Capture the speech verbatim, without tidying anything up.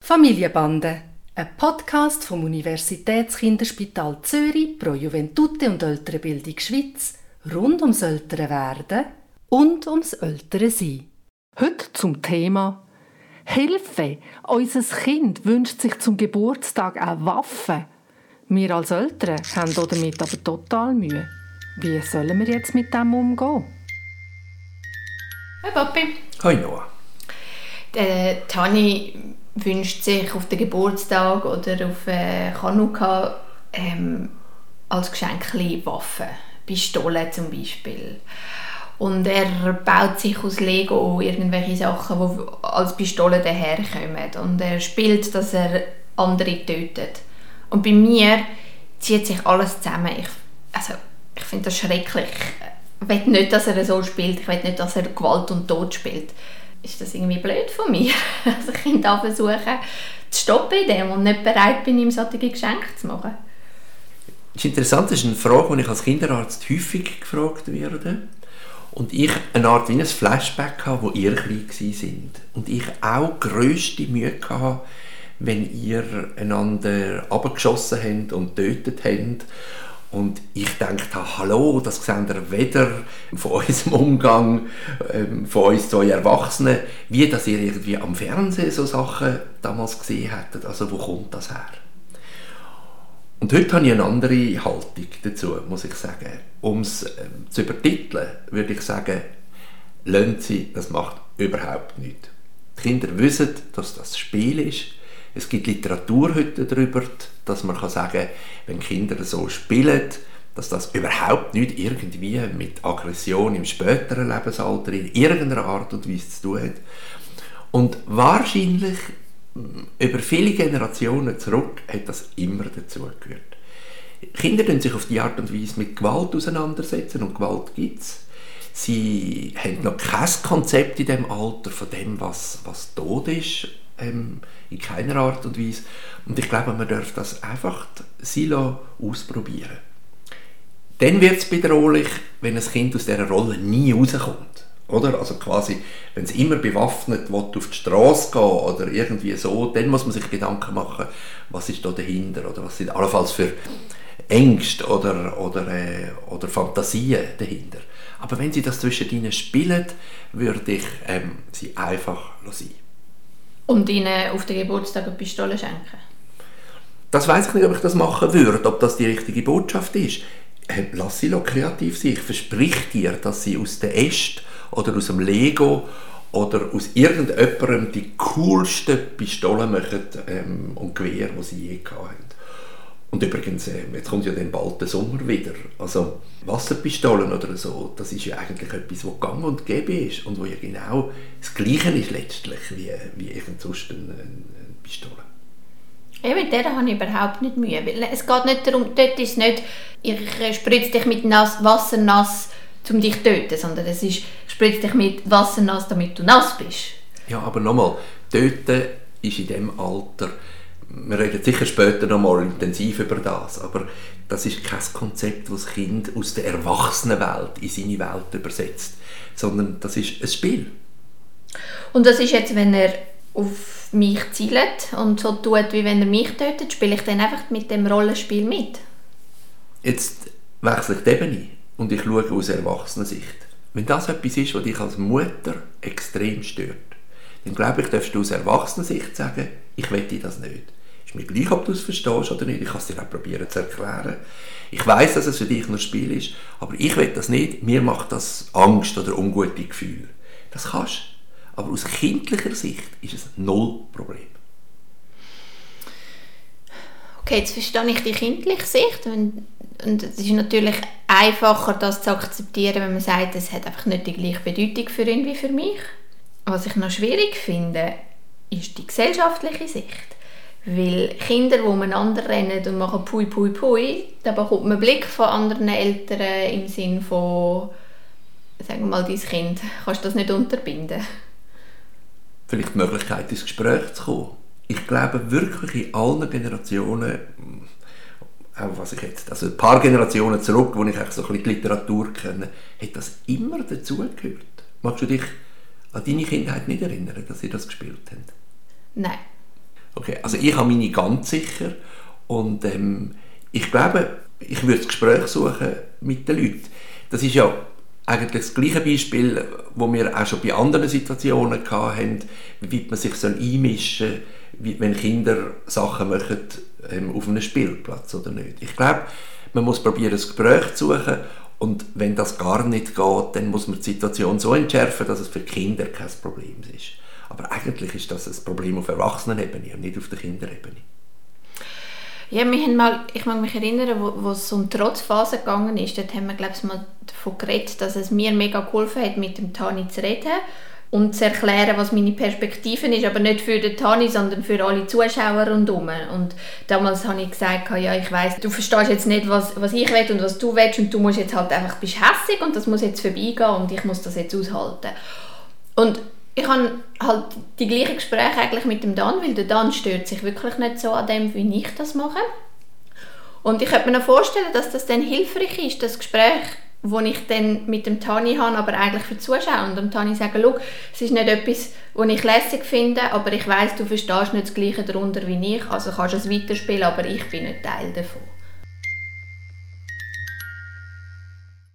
Familienbande, ein Podcast vom Universitätskinderspital Zürich pro Juventute und ältere Bildung Schweiz rund ums ältere Werden und ums ältere Sein. Heute zum Thema Hilfe! Unser Kind wünscht sich zum Geburtstag auch Waffen. Wir als Eltern haben damit aber total Mühe. Wie sollen wir jetzt mit dem umgehen? Hi Papi. Hi Noah. Die Tani wünscht sich auf den Geburtstag oder auf äh, Chanukka ähm, als Geschenk Waffen, Pistolen zum Beispiel. Und er baut sich aus Lego irgendwelche Sachen, die als Pistolen daherkommen. Und er spielt, dass er andere tötet. Und bei mir zieht sich alles zusammen. Ich, also, ich finde das schrecklich. Ich will nicht, dass er so spielt. Ich will nicht, dass er Gewalt und Tod spielt. Ist das irgendwie blöd von mir? Also ich kann da versuchen zu stoppen in dem und nicht bereit bin, ihm solche Geschenke zu machen. Das ist interessant, das ist eine Frage, die ich als Kinderarzt häufig gefragt werde. Und ich eine Art wie ein Flashback habe, wo ihr klein seid. Und ich auch grösste Mühe hatte, wenn ihr einander abgeschossen habt und getötet habt. Und ich dachte, hallo, das seht ihr weder von unserem Umgang, ähm, von uns zwei Erwachsenen, wie dass ihr irgendwie am Fernsehen so Sachen damals gesehen hättet. Also wo kommt das her? Und heute habe ich eine andere Haltung dazu, muss ich sagen. Um es ähm, zu übertiteln, würde ich sagen, lasst sie, das macht überhaupt nichts. Die Kinder wissen, dass das Spiel ist. Es gibt Literatur heute darüber, dass man sagen kann, wenn Kinder so spielen, dass das überhaupt nicht irgendwie mit Aggression im späteren Lebensalter in irgendeiner Art und Weise zu tun hat. Und wahrscheinlich über viele Generationen zurück hat das immer dazu gehört. Kinder setzen sich auf die Art und Weise mit Gewalt auseinandersetzen und Gewalt gibt es. Sie haben noch kein Konzept in diesem Alter von dem, was, was Tod ist. Ähm, in keiner Art und Weise. Und ich glaube, man darf das einfach sie ausprobieren. Dann wird es bedrohlich, wenn ein Kind aus dieser Rolle nie rauskommt. Oder? Also quasi, wenn es immer bewaffnet will, auf die Straße gehen oder irgendwie so, dann muss man sich Gedanken machen, was ist da dahinter oder was sind allenfalls für Ängste oder, oder, äh, oder Fantasien dahinter. Aber wenn sie das zwischen ihnen spielen, würde ich ähm, sie einfach lassen. Und ihnen auf den Geburtstag eine Pistole schenken? Das weiss ich nicht, ob ich das machen würde, ob das die richtige Botschaft ist. Lass sie kreativ sein. Ich verspreche dir, dass sie aus den Ästen oder aus dem Lego oder aus irgendjemandem die coolsten Pistolen machen ähm, und Gewehre, die sie je hatten. Und übrigens, äh, jetzt kommt ja dann bald der Sommer wieder. Also Wasserpistolen oder so, das ist ja eigentlich etwas, was gang und gäbe ist und wo ja genau das Gleiche ist letztlich wie, wie irgend sonst eine, eine Pistole. Ja, mit der habe ich überhaupt nicht Mühe. Es geht nicht darum, dort ist es nicht, ich spritze dich mit nass, Wasser nass, um dich zu töten, sondern es ist, ich spritze dich mit Wasser nass, damit du nass bist. Ja, aber nochmal, töten ist in diesem Alter, wir reden sicher später noch mal intensiv über das, aber das ist kein Konzept, das das Kind aus der Erwachsenenwelt in seine Welt übersetzt, sondern das ist ein Spiel. Und das ist jetzt, wenn er auf mich zielt und so tut, wie wenn er mich tötet, spiele ich dann einfach mit dem Rollenspiel mit? Jetzt wechsle ich die Ebene und ich schaue aus Erwachsenensicht. Wenn das etwas ist, was dich als Mutter extrem stört, dann glaube ich, darfst du aus Erwachsenensicht sagen, ich will das nicht. Ist mir gleich, ob du es verstehst oder nicht. Ich kann es dir auch probieren zu erklären. Ich weiss, dass es für dich nur ein Spiel ist, aber ich will das nicht. Mir macht das Angst oder ungute Gefühle. Das kannst du. Aber aus kindlicher Sicht ist es null Problem. Okay, jetzt verstehe ich die kindliche Sicht. Und es ist natürlich einfacher, das zu akzeptieren, wenn man sagt, es hat einfach nicht die gleiche Bedeutung für ihn wie für mich. Was ich noch schwierig finde, ist die gesellschaftliche Sicht. Weil Kinder, die umeinander rennen und machen Pui, Pui, Pui, da bekommt man einen Blick von anderen Eltern im Sinne von, sagen wir mal, dein Kind, kannst du das nicht unterbinden? Vielleicht die Möglichkeit, ins Gespräch zu kommen. Ich glaube wirklich in allen Generationen, auch was ich jetzt, also ein paar Generationen zurück, wo ich eigentlich so ein bisschen die Literatur kenne, hat das immer dazugehört. Magst du dich an deine Kindheit nicht erinnern, dass ihr das gespielt habt? Nein. Okay, also ich habe meine ganz sicher und ähm, ich glaube, ich würde das Gespräch suchen mit den Leuten. Das ist ja eigentlich das gleiche Beispiel, das wir auch schon bei anderen Situationen hatten, wie man sich so einmischen soll, wie, wenn Kinder Sachen machen ähm, auf einem Spielplatz oder nicht. Ich glaube, man muss probieren, ein Gespräch zu suchen und wenn das gar nicht geht, dann muss man die Situation so entschärfen, dass es für Kinder kein Problem ist. Aber eigentlich ist das ein Problem auf Erwachsenenebene und nicht auf der Kinderebene. Ja, wir haben mal, ich mag mich erinnern, wo, wo es um die Trotzphase gegangen ist, dort haben wir, glaube ich, mal davon geredet, dass es mir mega geholfen hat, mit dem Tani zu reden und zu erklären, was meine Perspektive ist, aber nicht für den Tani, sondern für alle Zuschauer rundherum. Und damals habe ich gesagt, ja, ich weiss, du verstehst jetzt nicht, was, was ich will und was du willst und du musst jetzt halt einfach, bist hässig und das muss jetzt vorbeigehen und ich muss das jetzt aushalten. Und ich habe halt die gleichen Gespräche eigentlich mit dem Dan, weil der Dan stört sich wirklich nicht so an dem, wie ich das mache. Und ich könnte mir noch vorstellen, dass das dann hilfreich ist, das Gespräch, das ich dann mit dem Tani habe, aber eigentlich für die Zuschauer. Und dem Tani sagen, schau, es ist nicht etwas, was ich lässig finde, aber ich weiss, du verstehst nicht das Gleiche darunter wie ich, also kannst du es weiterspielen, aber ich bin nicht Teil davon.